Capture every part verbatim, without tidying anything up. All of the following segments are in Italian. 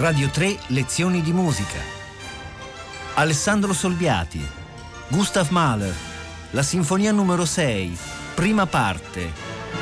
Radio tre Lezioni di musica. Alessandro Solviati, Gustav Mahler, la Sinfonia numero sei, prima parte.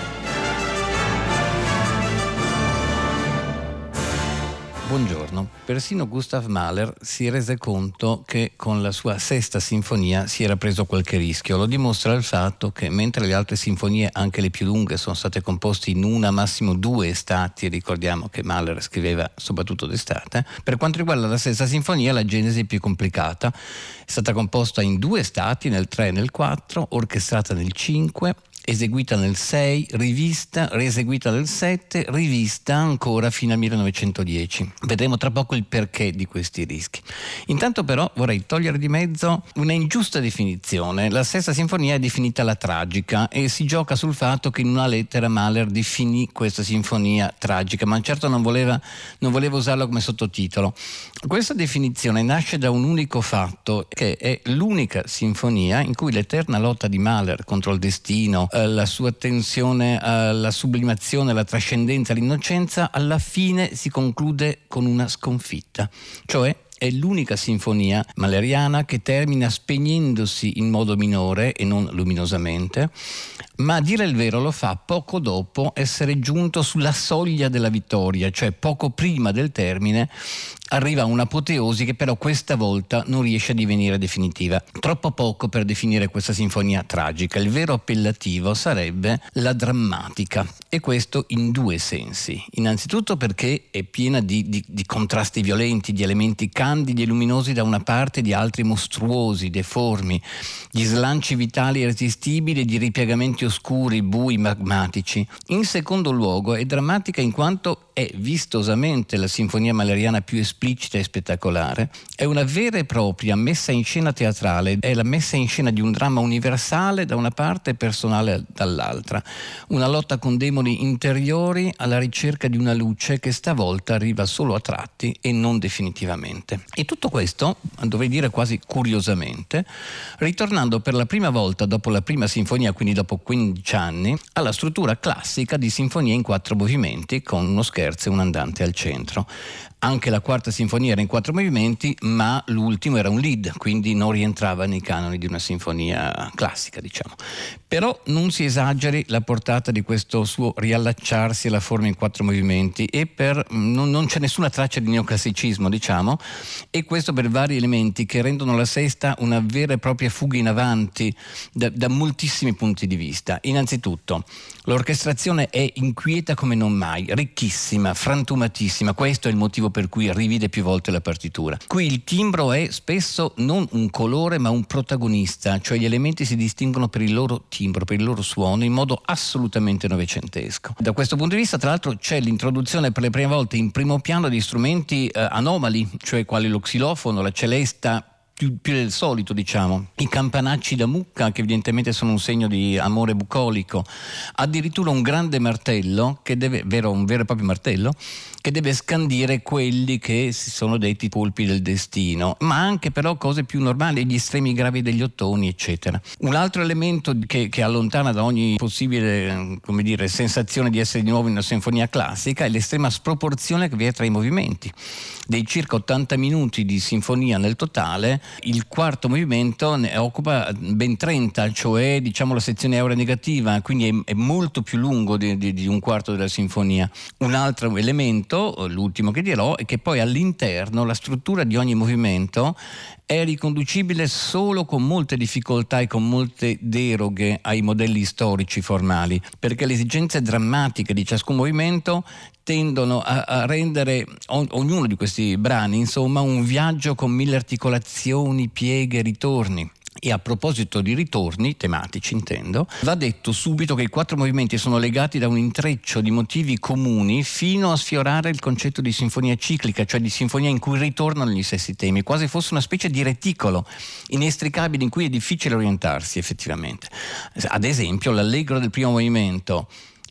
Buongiorno. Persino Gustav Mahler si rese conto che con la sua sesta sinfonia si era preso qualche rischio. Lo dimostra il fatto che mentre le altre sinfonie, anche le più lunghe, sono state composte in una, massimo due estati, ricordiamo che Mahler scriveva soprattutto d'estate, per quanto riguarda la sesta sinfonia la genesi è più complicata. È stata composta in due estati, nel tre e nel quattro, orchestrata nel cinque, eseguita nel sei, rivista, rieseguita nel sette, rivista ancora fino al millenovecentodieci. Vedremo tra poco il perché di questi rischi. Intanto però vorrei togliere di mezzo una ingiusta definizione. La sesta sinfonia è definita la tragica e si gioca sul fatto che in una lettera Mahler definì questa sinfonia tragica, ma certo non voleva, non voleva usarla come sottotitolo. Questa definizione nasce da un unico fatto, che è l'unica sinfonia in cui l'eterna lotta di Mahler contro il destino, la sua attenzione alla sublimazione, alla trascendenza, all'innocenza, alla fine si conclude con una sconfitta. Cioè è l'unica sinfonia mahleriana che termina spegnendosi in modo minore e non luminosamente, ma a dire il vero lo fa poco dopo essere giunto sulla soglia della vittoria, cioè poco prima del termine arriva un'apoteosi che però questa volta non riesce a divenire definitiva. Troppo poco per definire questa sinfonia tragica. Il vero appellativo sarebbe la drammatica, e questo in due sensi. Innanzitutto perché è piena di, di, di contrasti violenti, di elementi candidi e luminosi da una parte, di altri mostruosi, deformi, di slanci vitali irresistibili e di ripiegamenti oscuri, bui, magmatici. In secondo luogo è drammatica in quanto è vistosamente la sinfonia mahleriana più esplicita e spettacolare. È una vera e propria messa in scena teatrale, è la messa in scena di un dramma universale da una parte e personale dall'altra, una lotta con demoni interiori alla ricerca di una luce che stavolta arriva solo a tratti e non definitivamente. E tutto questo, dovrei dire quasi curiosamente, ritornando per la prima volta dopo la prima sinfonia, quindi dopo quindici anni, alla struttura classica di sinfonia in quattro movimenti con uno scherzo e un andante al centro. Anche la quarta sinfonia era in quattro movimenti, ma l'ultimo era un lead, quindi non rientrava nei canoni di una sinfonia classica, diciamo. Però non si esageri la portata di questo suo riallacciarsi alla forma in quattro movimenti, e per non, non c'è nessuna traccia di neoclassicismo, diciamo, e questo per vari elementi che rendono la sesta una vera e propria fuga in avanti da, da moltissimi punti di vista. Innanzitutto, l'orchestrazione è inquieta come non mai, ricchissima, frantumatissima. Questo è il motivo per cui rivide più volte la partitura. Qui il timbro è spesso non un colore ma un protagonista, cioè gli elementi si distinguono per il loro timbro, per il loro suono, in modo assolutamente novecentesco. Da questo punto di vista, tra l'altro, c'è l'introduzione per le prime volte in primo piano di strumenti eh, anomali, cioè quali lo xilofono, la celesta, Più, più del solito, diciamo, i campanacci da mucca che evidentemente sono un segno di amore bucolico, addirittura un grande martello che deve, vero, un vero e proprio martello che deve scandire quelli che si sono detti colpi del destino, ma anche però cose più normali, gli estremi gravi degli ottoni, eccetera. Un altro elemento che, che allontana da ogni possibile, come dire, sensazione di essere di nuovo in una sinfonia classica è l'estrema sproporzione che vi è tra i movimenti. Dei circa ottanta minuti di sinfonia nel totale, il quarto movimento ne occupa ben trenta, cioè diciamo la sezione aura negativa, quindi è, è molto più lungo di, di, di un quarto della sinfonia. Un altro elemento, l'ultimo che dirò, è che poi all'interno la struttura di ogni movimento è riconducibile solo con molte difficoltà e con molte deroghe ai modelli storici formali, perché le esigenze drammatiche di ciascun movimento tendono a, a rendere on, ognuno di questi brani, insomma, un viaggio con mille articolazioni, pieghe, ritorni. E a proposito di ritorni tematici, intendo, va detto subito che i quattro movimenti sono legati da un intreccio di motivi comuni fino a sfiorare il concetto di sinfonia ciclica, cioè di sinfonia in cui ritornano gli stessi temi, quasi fosse una specie di reticolo inestricabile in cui è difficile orientarsi effettivamente. Ad esempio, l'allegro del primo movimento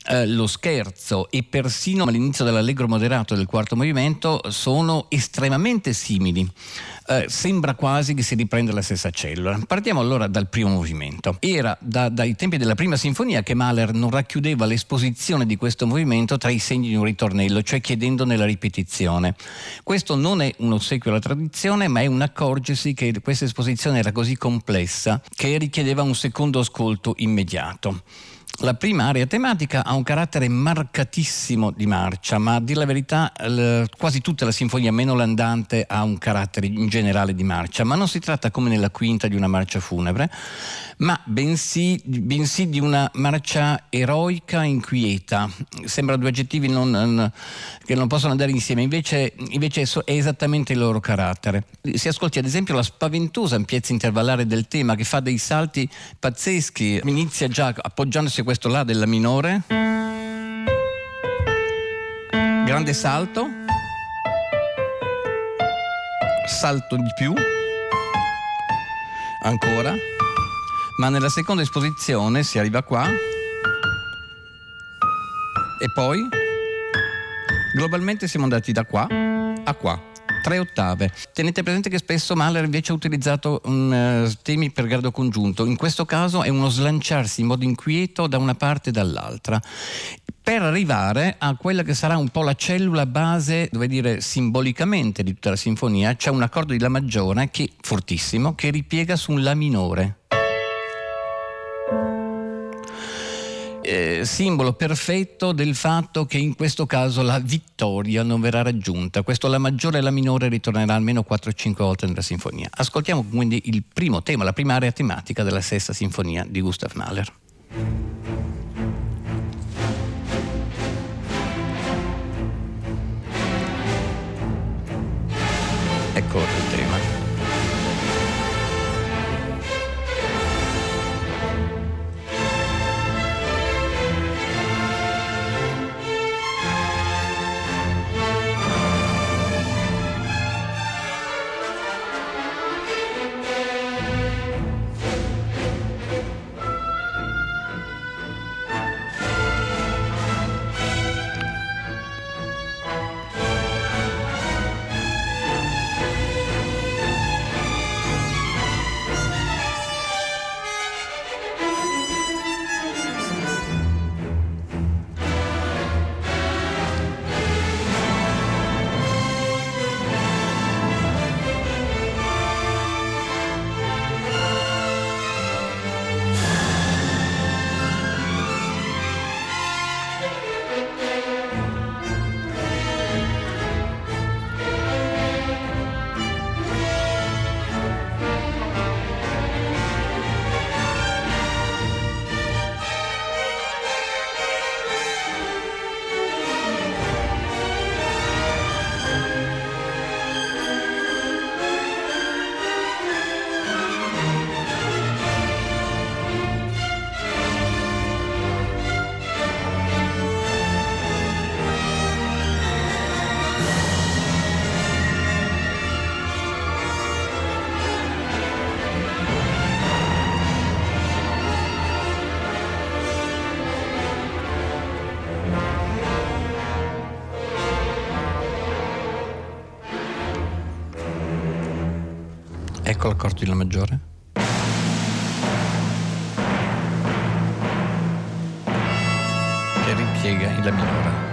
eh, lo scherzo e persino l'inizio dell'allegro moderato del quarto movimento sono estremamente simili. Eh, sembra quasi che si riprenda la stessa cellula. Partiamo allora dal primo movimento. Era da, dai tempi della prima sinfonia che Mahler non racchiudeva l'esposizione di questo movimento tra i segni di un ritornello, cioè chiedendone la ripetizione. Questo non è un ossequio alla tradizione, ma è un accorgersi che questa esposizione era così complessa che richiedeva un secondo ascolto immediato. La prima area tematica ha un carattere marcatissimo di marcia, ma a dir la verità l- quasi tutta la sinfonia, meno l'andante, ha un carattere in generale di marcia, ma non si tratta come nella quinta di una marcia funebre, ma bensì, bensì di una marcia eroica e inquieta. Sembrano due aggettivi non, non, che non possono andare insieme, invece, invece è esattamente il loro carattere. Si ascolti ad esempio la spaventosa ampiezza intervallare del tema, che fa dei salti pazzeschi, inizia già appoggiandosi a questo La della minore, grande salto, salto di più, ancora, ma nella seconda esposizione si arriva qua e poi globalmente siamo andati da qua a qua. Tre ottave. Tenete presente che spesso Mahler invece ha utilizzato um, temi per grado congiunto. In questo caso è uno slanciarsi in modo inquieto da una parte e dall'altra, per arrivare a quella che sarà un po' la cellula base, dove dire simbolicamente, di tutta la sinfonia. C'è un accordo di La maggiore che fortissimo, che ripiega su un La minore. Eh, simbolo perfetto del fatto che in questo caso la vittoria non verrà raggiunta. Questo La maggiore e La minore ritornerà almeno quattro o cinque volte nella sinfonia. Ascoltiamo quindi il primo tema, la prima area tematica della sesta sinfonia di Gustav Mahler. Ecco il tema. Ecco l'accordo di La maggiore. Che ripiega in La minore.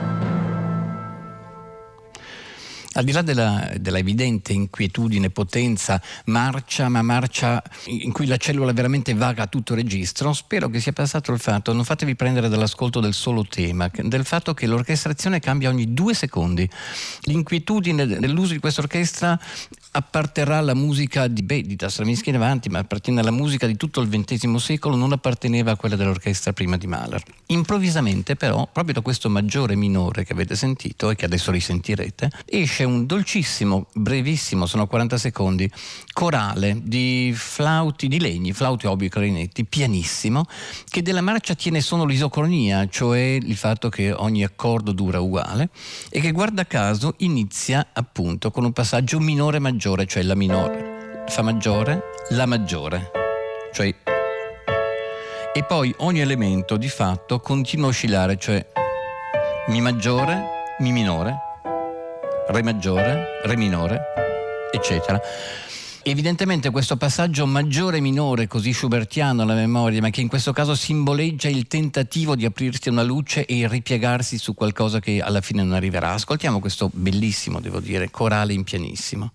Al di là della, della evidente inquietudine, potenza, marcia, ma marcia in cui la cellula veramente vaga a tutto registro, spero che sia passato il fatto, non fatevi prendere dall'ascolto del solo tema, del fatto che l'orchestrazione cambia ogni due secondi. L'inquietudine dell'uso di questa orchestra apparterrà alla musica di, beh, di Stravinsky in avanti, ma appartiene alla musica di tutto il ventesimo secolo, non apparteneva a quella dell'orchestra prima di Mahler. Improvvisamente però, proprio da questo maggiore minore che avete sentito e che adesso risentirete, esce un dolcissimo, brevissimo, sono quaranta secondi, corale di flauti, di legni, flauti, obi, clarinetti, pianissimo, che della marcia tiene solo l'isocronia, cioè il fatto che ogni accordo dura uguale, e che guarda caso inizia appunto con un passaggio minore maggiore, cioè La minore, Fa maggiore, La maggiore, cioè e poi ogni elemento di fatto continua a oscillare, cioè Mi maggiore, Mi minore, Re maggiore, Re minore, eccetera. Evidentemente questo passaggio maggiore e minore, così schubertiano alla memoria, ma che in questo caso simboleggia il tentativo di aprirsi a una luce e ripiegarsi su qualcosa che alla fine non arriverà. Ascoltiamo questo bellissimo, devo dire, corale in pianissimo.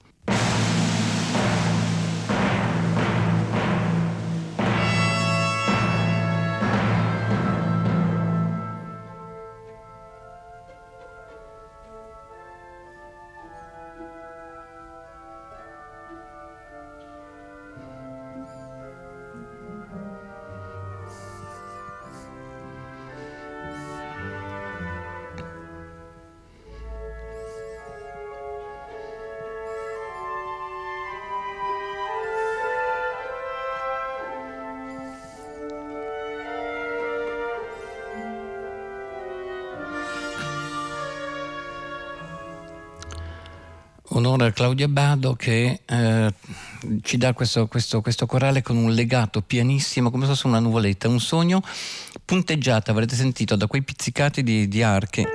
Onore a Claudia Abbado che eh, ci dà questo, questo, questo corale con un legato pianissimo, come se fosse una nuvoletta, un sogno punteggiato, avrete sentito, da quei pizzicati di, di arche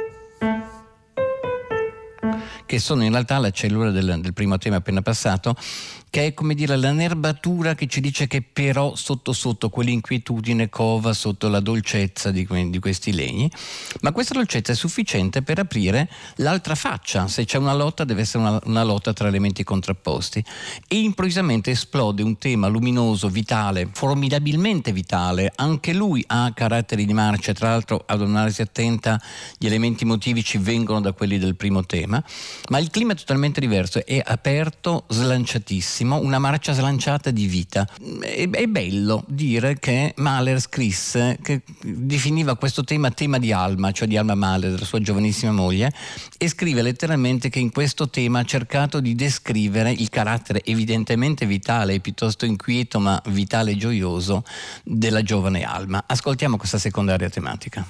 che sono in realtà la cellula del, del primo tema appena passato, che è come dire la nerbatura che ci dice che però sotto sotto quell'inquietudine cova sotto la dolcezza di, di questi legni, ma questa dolcezza è sufficiente per aprire l'altra faccia. Se c'è una lotta deve essere una, una lotta tra elementi contrapposti, e improvvisamente esplode un tema luminoso, vitale, formidabilmente vitale. Anche lui ha caratteri di marcia, tra l'altro ad un'analisi attenta gli elementi motivici vengono da quelli del primo tema, ma il clima è totalmente diverso, è aperto, slanciatissimo, una marcia slanciata di vita. È, è bello dire che Mahler scrisse, che definiva questo tema tema di Alma, cioè di Alma Mahler, della sua giovanissima moglie, e scrive letteralmente che in questo tema ha cercato di descrivere il carattere evidentemente vitale e piuttosto inquieto ma vitale e gioioso della giovane Alma. Ascoltiamo questa secondaria tematica.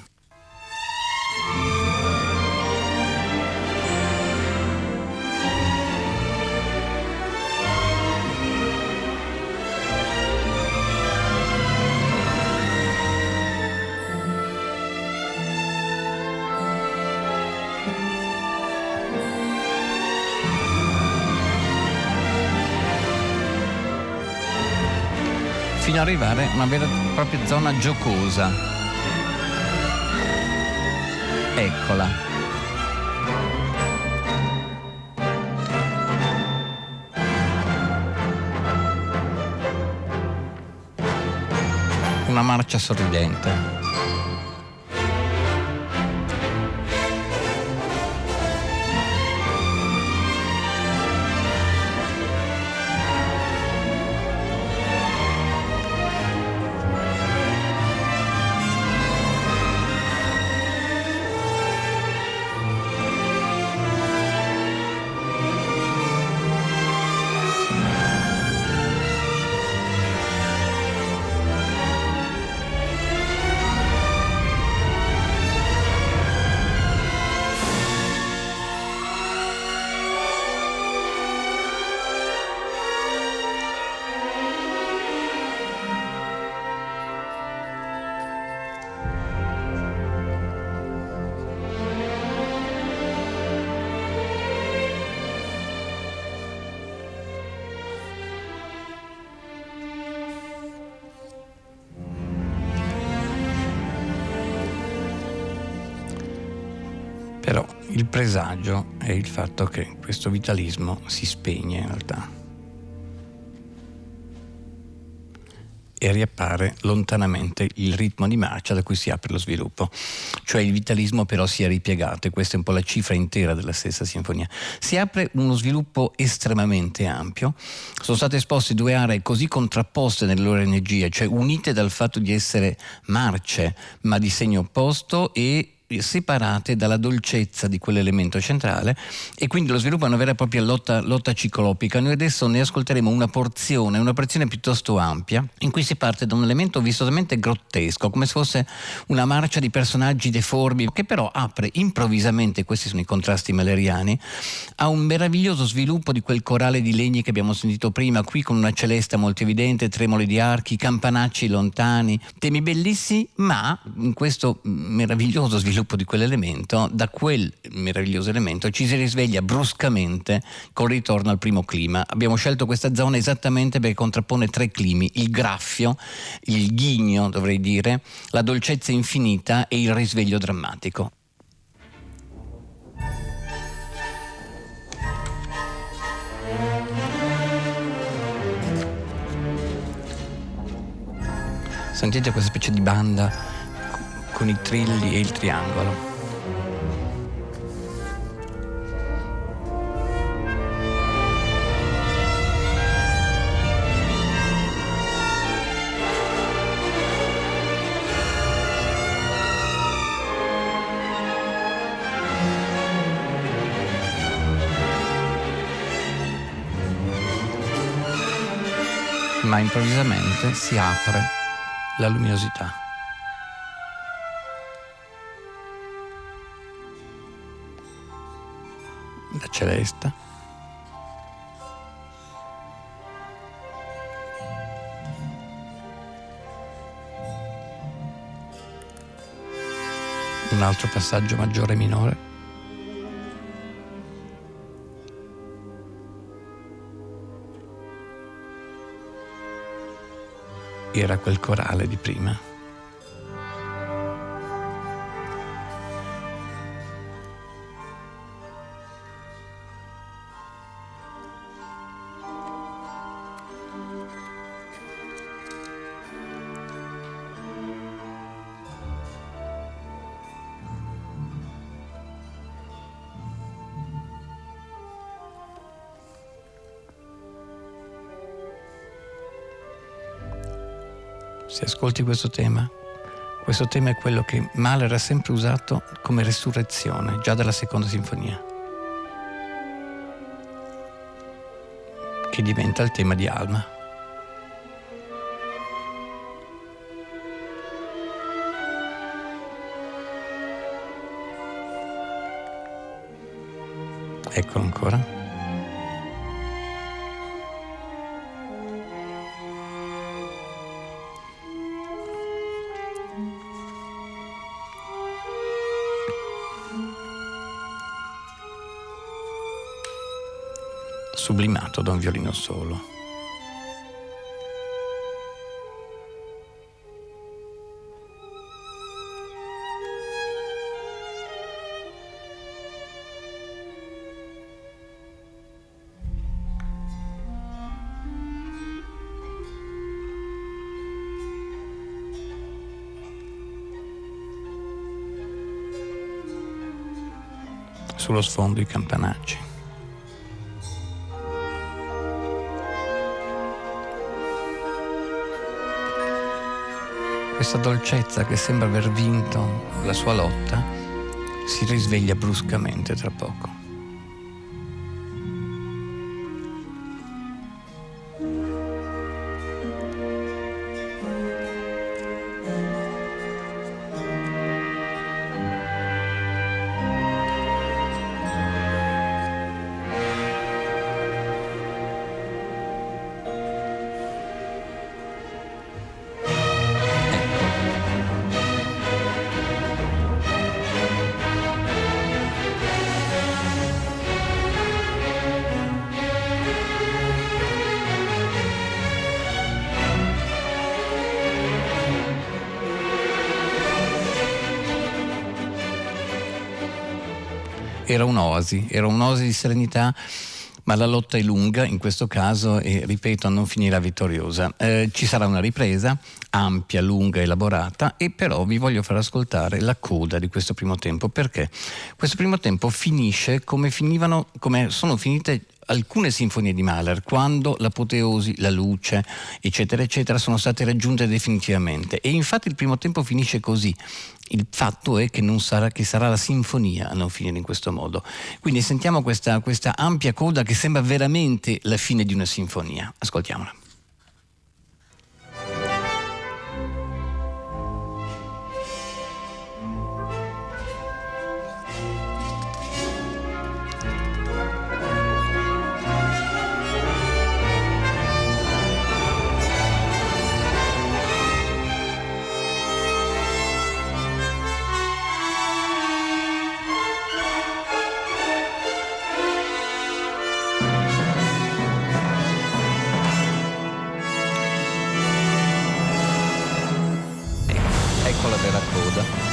Fino ad arrivare a una vera e propria zona giocosa. Eccola. Una marcia sorridente. Però il presagio è il fatto che questo vitalismo si spegne in realtà e riappare lontanamente il ritmo di marcia da cui si apre lo sviluppo. Cioè il vitalismo però si è ripiegato, e questa è un po' la cifra intera della stessa sinfonia. Si apre uno sviluppo estremamente ampio, sono state esposte due aree così contrapposte nelle loro energie, cioè unite dal fatto di essere marce ma di segno opposto, e separate dalla dolcezza di quell'elemento centrale, e quindi lo sviluppa una vera e propria lotta, lotta ciclopica. Noi adesso ne ascolteremo una porzione, una porzione piuttosto ampia, in cui si parte da un elemento vistosamente grottesco, come se fosse una marcia di personaggi deformi, che però apre improvvisamente, questi sono i contrasti maleriani, a un meraviglioso sviluppo di quel corale di legni che abbiamo sentito prima, qui con una celesta molto evidente, tremoli di archi, campanacci lontani, temi bellissimi, ma in questo meraviglioso sviluppo di quell'elemento, da quel meraviglioso elemento ci si risveglia bruscamente col ritorno al primo clima. Abbiamo scelto questa zona esattamente perché contrappone tre climi: il graffio, il ghigno dovrei dire, la dolcezza infinita e il risveglio drammatico. Sentite questa specie di banda con i trilli e il triangolo. Ma improvvisamente si apre la luminosità. La celesta. Un altro passaggio maggiore e minore. Era quel corale di prima. Se ascolti questo tema, questo tema è quello che Mahler ha sempre usato come resurrezione, già dalla seconda sinfonia, che diventa il tema di Alma. Eccolo ancora. Sublimato da un violino solo. Sullo sfondo i campanacci. Questa dolcezza che sembra aver vinto la sua lotta si risveglia bruscamente tra poco. Era un'oasi, era un'oasi di serenità, ma la lotta è lunga in questo caso e, ripeto, non finirà vittoriosa. Eh, ci sarà una ripresa ampia, lunga, elaborata, e però vi voglio far ascoltare la coda di questo primo tempo, perché questo primo tempo finisce come finivano, come sono finite alcune sinfonie di Mahler, quando l'apoteosi, la luce, eccetera, eccetera, sono state raggiunte definitivamente. E infatti il primo tempo finisce così. Il fatto è che non sarà, che sarà la sinfonia a non finire in questo modo. Quindi sentiamo questa, questa ampia coda che sembra veramente la fine di una sinfonia. Ascoltiamola. Ecco la vera coda.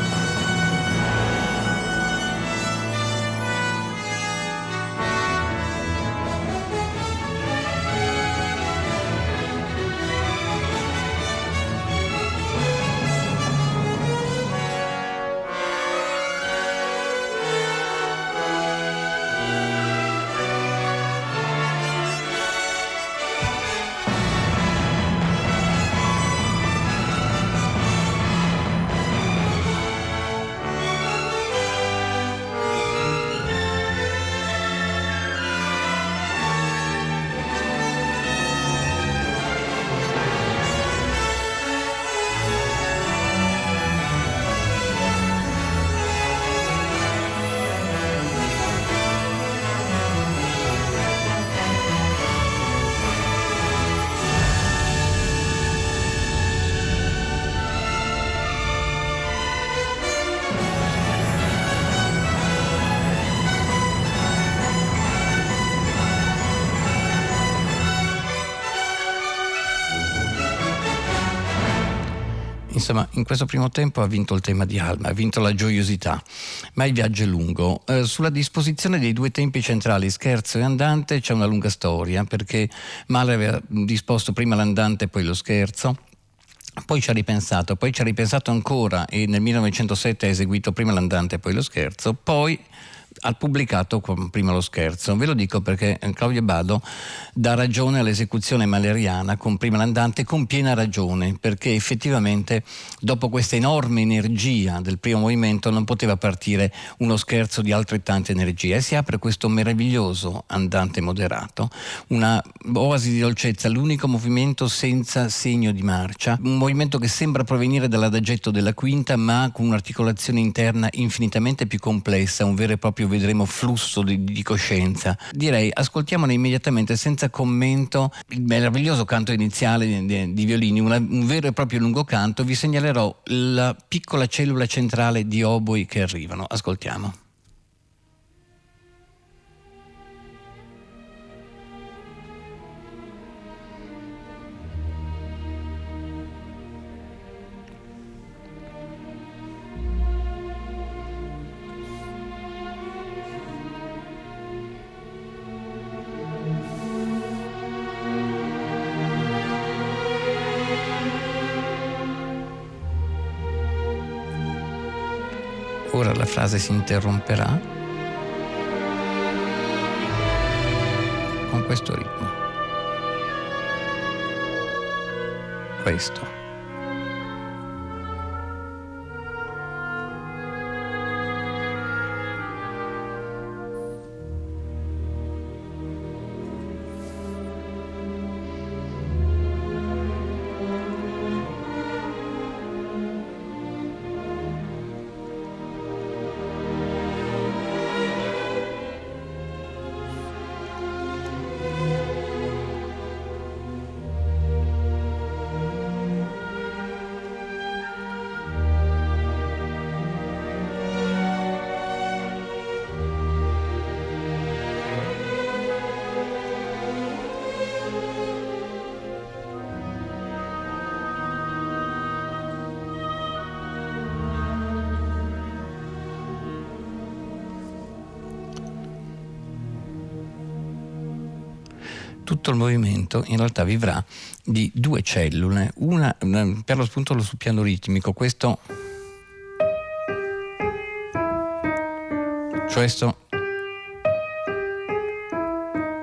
Insomma, in questo primo tempo ha vinto il tema di Alma, ha vinto la gioiosità, ma il viaggio è lungo. Eh, sulla disposizione dei due tempi centrali, scherzo e andante, c'è una lunga storia, perché Mahler aveva disposto prima l'andante e poi lo scherzo. Poi ci ha ripensato, poi ci ha ripensato ancora e nel millenovecentosette ha eseguito prima l'andante e poi lo scherzo, poi ha pubblicato prima lo scherzo. Ve lo dico perché Claudio Abbado dà ragione all'esecuzione mahleriana con prima l'andante, con piena ragione, perché effettivamente dopo questa enorme energia del primo movimento non poteva partire uno scherzo di altrettanta energia e si apre questo meraviglioso andante moderato, una oasi di dolcezza, l'unico movimento senza segno di marcia, un movimento che sembra provenire dall'adagetto della quinta ma con un'articolazione interna infinitamente più complessa, un vero e proprio, vedremo, flusso di, di coscienza. Direi ascoltiamone immediatamente senza commento il meraviglioso canto iniziale di, di, di violini, una, un vero e proprio lungo canto. Vi segnalerò la piccola cellula centrale di oboi che arrivano. Ascoltiamo. Ora la frase si interromperà con questo ritmo. Questo. Tutto il movimento in realtà vivrà di due cellule, una, una per lo spunto sul piano ritmico, questo, questo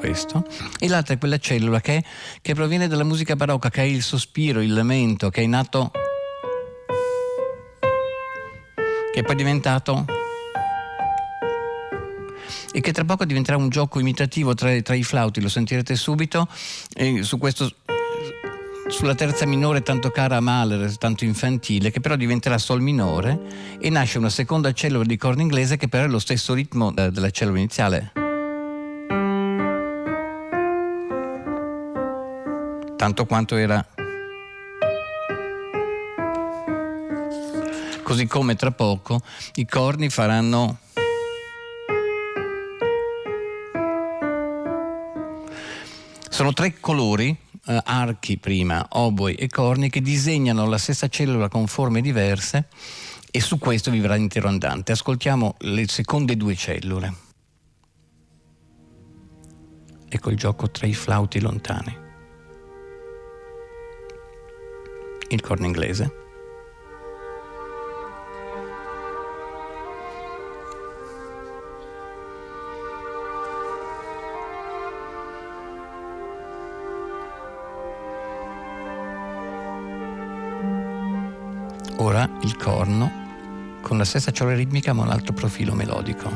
questo, e l'altra è quella cellula che, che proviene dalla musica barocca, che è il sospiro, il lamento, che è nato, che è poi diventato, e che tra poco diventerà un gioco imitativo tra, tra i flauti, lo sentirete subito, e su questo, sulla terza minore tanto cara a Mahler, tanto infantile, che però diventerà sol minore, e nasce una seconda cellula di corno inglese che però è lo stesso ritmo della cellula iniziale. Tanto quanto era. Così come tra poco i corni faranno sono tre colori, eh, archi prima, oboi e corni, che disegnano la stessa cellula con forme diverse, e su questo vivrà l'intero andante. Ascoltiamo le seconde due cellule. Ecco il gioco tra i flauti lontani. Il corno inglese. Ora il corno con la stessa cellula ritmica ma un altro profilo melodico.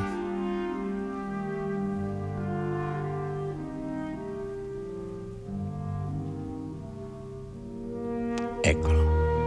Eccolo.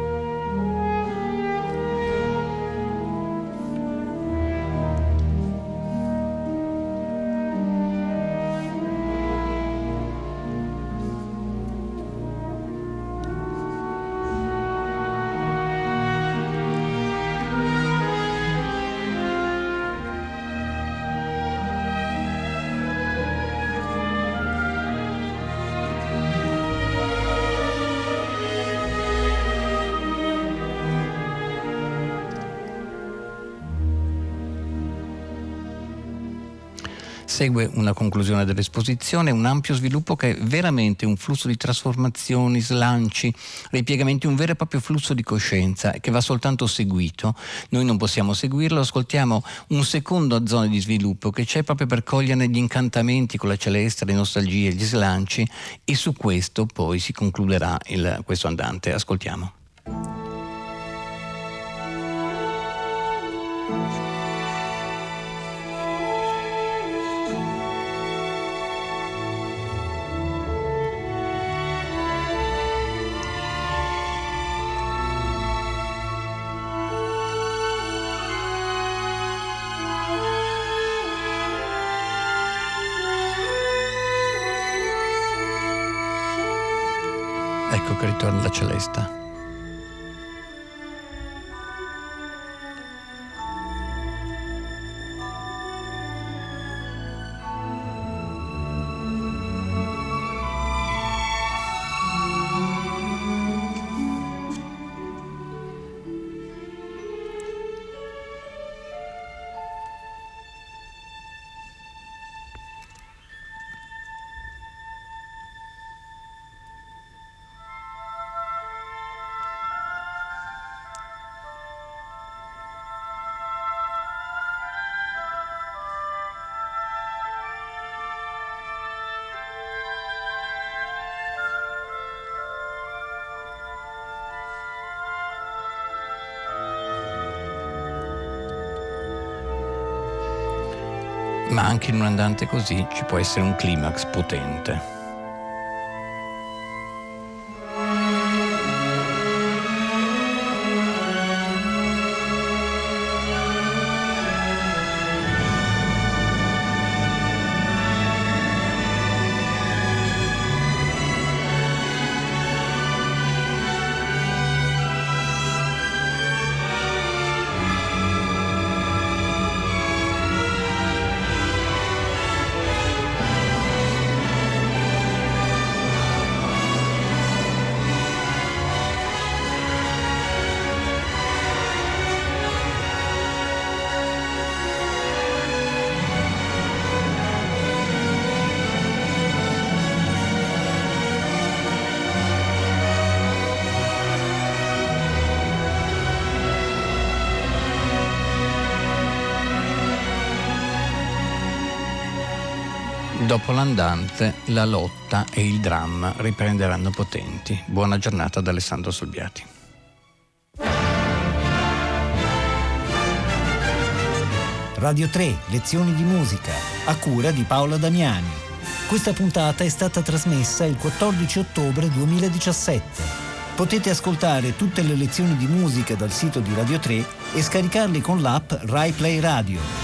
Segue una conclusione dell'esposizione, un ampio sviluppo che è veramente un flusso di trasformazioni, slanci, ripiegamenti, un vero e proprio flusso di coscienza che va soltanto seguito. Noi non possiamo seguirlo, ascoltiamo un secondo a zone di sviluppo che c'è proprio per coglierne gli incantamenti con la celeste, le nostalgie, gli slanci, e su questo poi si concluderà il, questo andante. Ascoltiamo. Ecco che ritorna la celesta. Ma anche in un andante così ci può essere un climax potente. Dopo l'andante, la lotta e il dramma riprenderanno potenti. Buona giornata da Alessandro Solbiati. Radio tre, lezioni di musica, a cura di Paola Damiani. Questa puntata è stata trasmessa il quattordici ottobre duemiladiciassette. Potete ascoltare tutte le lezioni di musica dal sito di Radio tre e scaricarli con l'app Rai Play Radio.